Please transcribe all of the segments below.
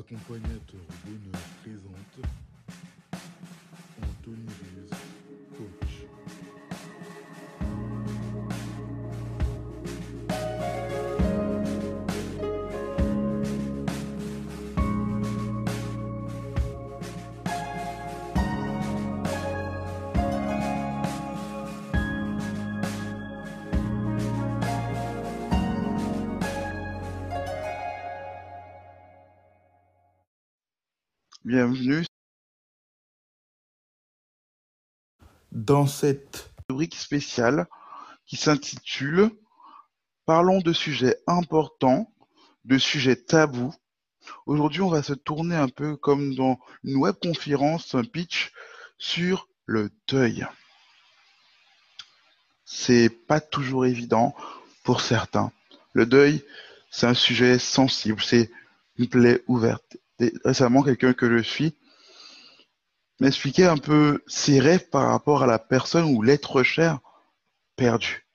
Accompagnateur au bonheur présente Anthony Riz, coach. Bienvenue dans cette rubrique spéciale qui s'intitule Parlons de sujets importants, de sujets tabous. Aujourd'hui, on va se tourner un peu comme dans une webconférence, un pitch sur le deuil. C'est pas toujours évident pour certains. Le deuil, c'est un sujet sensible, c'est une plaie ouverte. Et récemment, quelqu'un que je suis m'expliquait un peu ses rêves par rapport à la personne ou l'être cher perdu.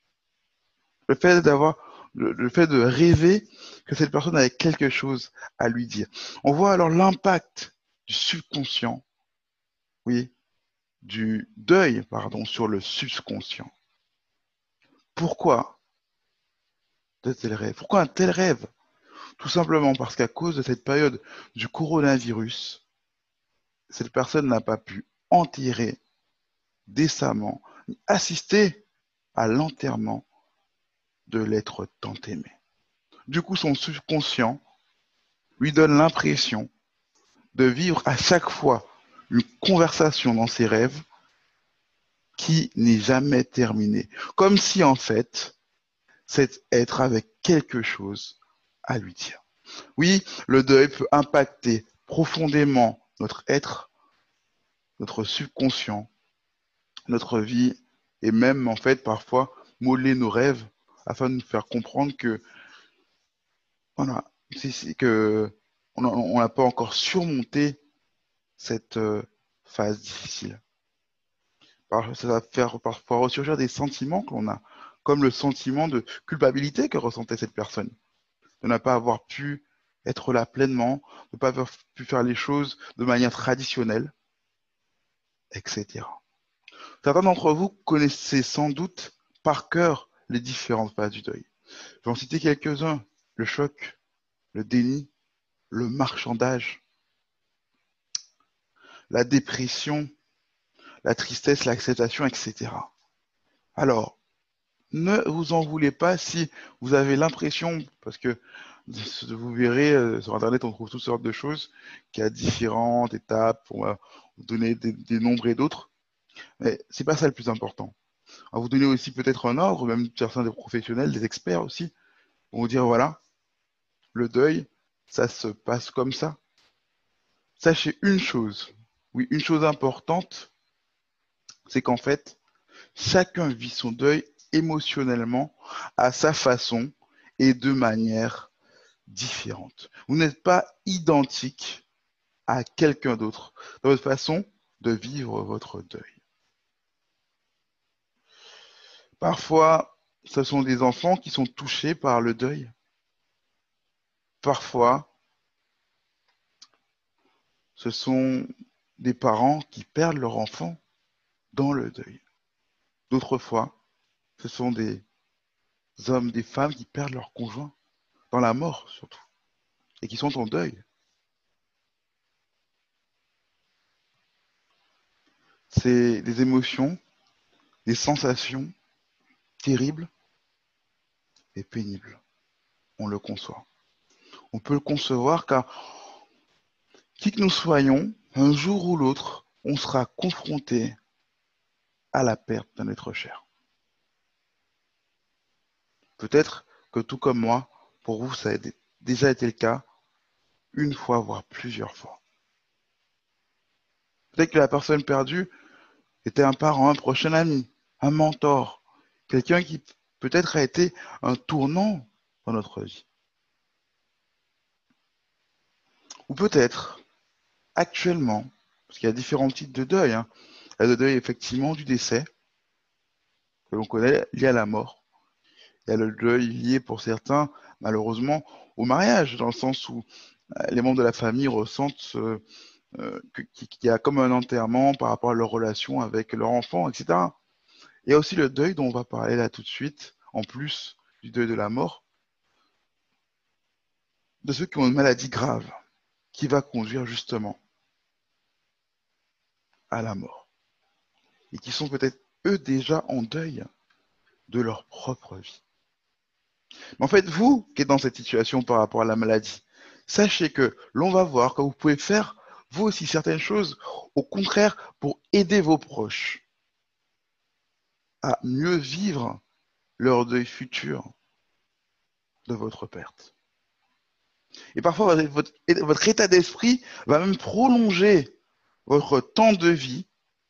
Le fait de rêver que cette personne avait quelque chose à lui dire. On voit alors l'impact du subconscient, oui, du deuil, pardon, sur le subconscient. Pourquoi de tels rêves? Pourquoi un tel rêve? Tout simplement parce qu'à cause de cette période du coronavirus, cette personne n'a pas pu enterrer décemment, assister à l'enterrement de l'être tant aimé. Du coup, son subconscient lui donne l'impression de vivre à chaque fois une conversation dans ses rêves qui n'est jamais terminée. Comme si, en fait, cet être avait quelque chose à lui dire. Oui, le deuil peut impacter profondément notre être, notre subconscient, notre vie, et même, en fait, parfois, moller nos rêves afin de nous faire comprendre que, voilà, que on n'a pas encore surmonté cette phase difficile. Ça va faire parfois ressurgir des sentiments que l'on a, comme le sentiment de culpabilité que ressentait cette personne, de ne pas avoir pu être là pleinement, de ne pas avoir pu faire les choses de manière traditionnelle, etc. Certains d'entre vous connaissez sans doute par cœur les différentes phases du deuil. Je vais en citer quelques-uns: le choc, le déni, le marchandage, la dépression, la tristesse, l'acceptation, etc. Alors, ne vous en voulez pas si vous avez l'impression, parce que vous verrez sur Internet, on trouve toutes sortes de choses qui a différentes étapes pour vous donner des nombres et d'autres, mais c'est pas ça le plus important. On va vous donner aussi peut-être un ordre, même certains des professionnels, des experts aussi, vont vous dire voilà, le deuil, ça se passe comme ça. Sachez une chose, oui, une chose importante, c'est qu'en fait, chacun vit son deuil émotionnellement à sa façon et de manière différente. Vous n'êtes pas identique à quelqu'un d'autre dans votre façon de vivre votre deuil. Parfois, ce sont des enfants qui sont touchés par le deuil. Parfois, ce sont des parents qui perdent leur enfant dans le deuil. D'autres fois, ce sont des hommes, des femmes qui perdent leur conjoint dans la mort surtout et qui sont en deuil. C'est des émotions, des sensations terribles et pénibles. On le conçoit. On peut le concevoir car qui que nous soyons, un jour ou l'autre, on sera confronté à la perte d'un être cher. Peut-être que tout comme moi, pour vous, ça a déjà été le cas une fois, voire plusieurs fois. Peut-être que la personne perdue était un parent, un prochain ami, un mentor, quelqu'un qui peut-être a été un tournant dans notre vie. Ou peut-être, actuellement, parce qu'il y a différents types de deuil, hein. Il y a le deuil effectivement du décès, que l'on connaît lié à la mort. Il y a le deuil lié pour certains, malheureusement, au mariage, dans le sens où les membres de la famille ressentent qu'il y a comme un enterrement par rapport à leur relation avec leur enfant, etc. Il y a aussi le deuil dont on va parler là tout de suite, en plus du deuil de la mort, de ceux qui ont une maladie grave, qui va conduire justement à la mort, et qui sont peut-être eux déjà en deuil de leur propre vie. Mais en fait, vous qui êtes dans cette situation par rapport à la maladie, sachez que l'on va voir que vous pouvez faire, vous aussi, certaines choses, au contraire, pour aider vos proches à mieux vivre leur deuil futur de votre perte. Et parfois, votre état d'esprit va même prolonger votre temps de vie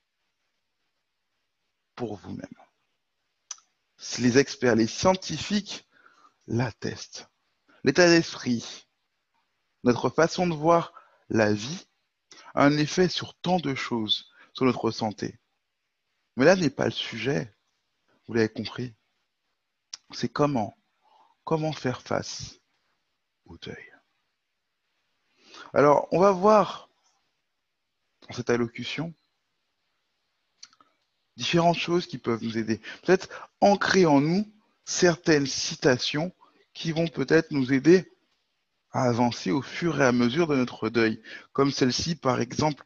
pour vous-même. Si les experts, les scientifiques l'attestent. L'état d'esprit, notre façon de voir la vie, a un effet sur tant de choses, sur notre santé. Mais là n'est pas le sujet, vous l'avez compris. C'est comment faire face au deuil. Alors, on va voir dans cette allocution différentes choses qui peuvent nous aider. Peut-être ancrer en nous certaines citations qui vont peut-être nous aider à avancer au fur et à mesure de notre deuil. Comme celle-ci, par exemple,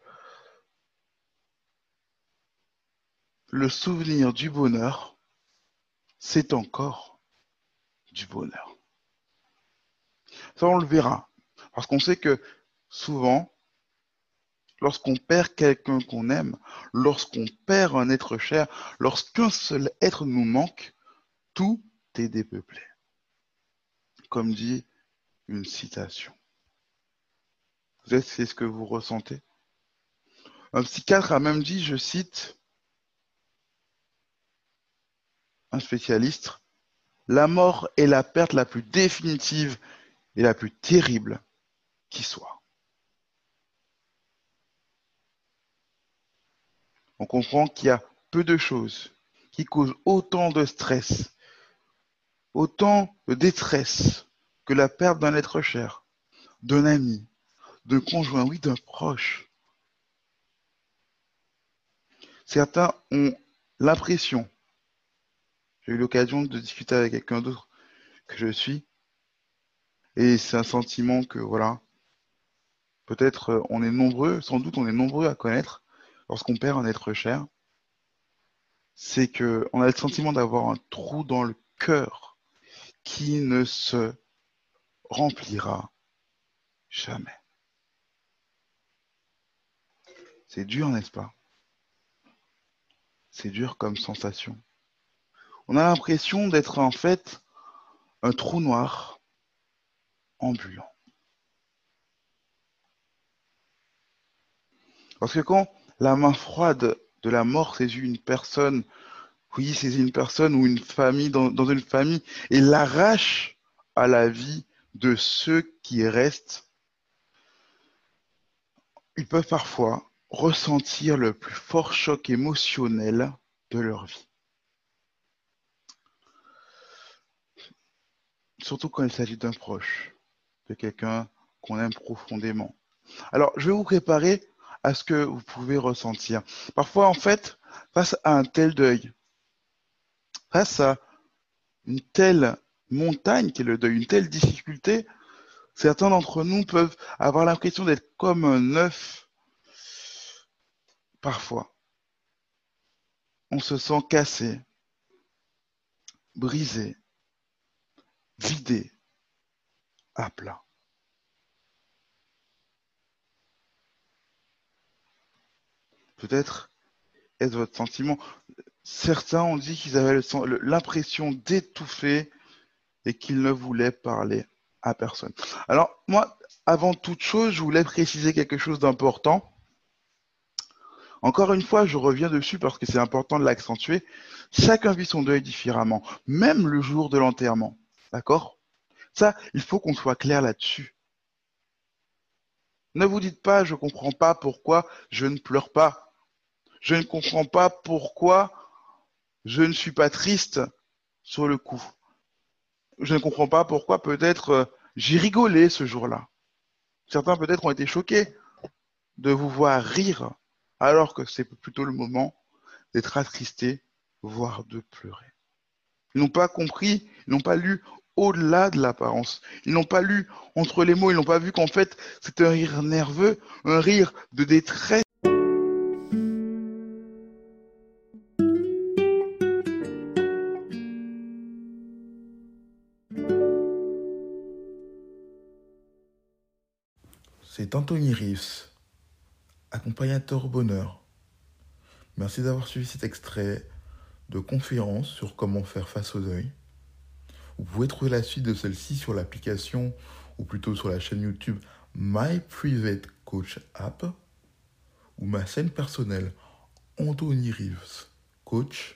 le souvenir du bonheur, c'est encore du bonheur. Ça, on le verra. Parce qu'on sait que souvent, lorsqu'on perd quelqu'un qu'on aime, lorsqu'on perd un être cher, lorsqu'un seul être nous manque, tout est dépeuplé. Comme dit une citation. Peut-être c'est ce que vous ressentez. Un psychiatre a même dit, je cite, un spécialiste, la mort est la perte la plus définitive et la plus terrible qui soit. On comprend qu'il y a peu de choses qui causent autant de stress, autant de détresse que la perte d'un être cher, d'un ami, d'un conjoint, oui, d'un proche. Certains ont l'impression, j'ai eu l'occasion de discuter avec quelqu'un d'autre que je suis, et c'est un sentiment que, voilà, peut-être on est nombreux, sans doute on est nombreux à connaître lorsqu'on perd un être cher, c'est qu'on a le sentiment d'avoir un trou dans le cœur qui ne se remplira jamais. C'est dur, n'est-ce pas? C'est dur comme sensation. On a l'impression d'être en fait un trou noir ambulant. Parce que quand la main froide de la mort saisit une personne, oui, saisit une personne ou une famille dans une famille et l'arrache à la vie de ceux qui restent, ils peuvent parfois ressentir le plus fort choc émotionnel de leur vie. Surtout quand il s'agit d'un proche, de quelqu'un qu'on aime profondément. Alors, je vais vous préparer à ce que vous pouvez ressentir. Parfois, en fait, face à un tel deuil, face à une telle montagne qui est le deuil, une telle difficulté, certains d'entre nous peuvent avoir l'impression d'être comme un œuf. Parfois, on se sent cassé, brisé, vidé, à plat. Peut-être est-ce votre sentiment. Certains ont dit qu'ils avaient l'impression d'étouffer et qu'ils ne voulaient parler à personne. Alors, moi, avant toute chose, je voulais préciser quelque chose d'important. Encore une fois, je reviens dessus parce que c'est important de l'accentuer. Chacun vit son deuil différemment, même le jour de l'enterrement. D'accord? Ça, il faut qu'on soit clair là-dessus. Ne vous dites pas, je ne comprends pas pourquoi je ne pleure pas. Je ne comprends pas pourquoi je ne suis pas triste sur le coup. Je ne comprends pas pourquoi peut-être j'ai rigolé ce jour-là. Certains peut-être ont été choqués de vous voir rire, alors que c'est plutôt le moment d'être attristé, voire de pleurer. Ils n'ont pas compris, ils n'ont pas lu au-delà de l'apparence. Ils n'ont pas lu entre les mots, ils n'ont pas vu qu'en fait, c'est un rire nerveux, un rire de détresse. C'est Anthony Reeves, accompagnateur au bonheur. Merci d'avoir suivi cet extrait de conférence sur comment faire face au deuil. Vous pouvez trouver la suite de celle-ci sur l'application ou plutôt sur la chaîne YouTube My Private Coach App ou ma chaîne personnelle Anthony Reeves Coach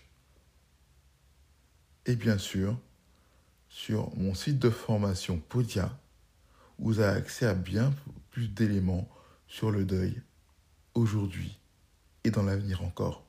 et bien sûr sur mon site de formation Podia où vous avez accès à bien plus d'éléments sur le deuil aujourd'hui et dans l'avenir encore.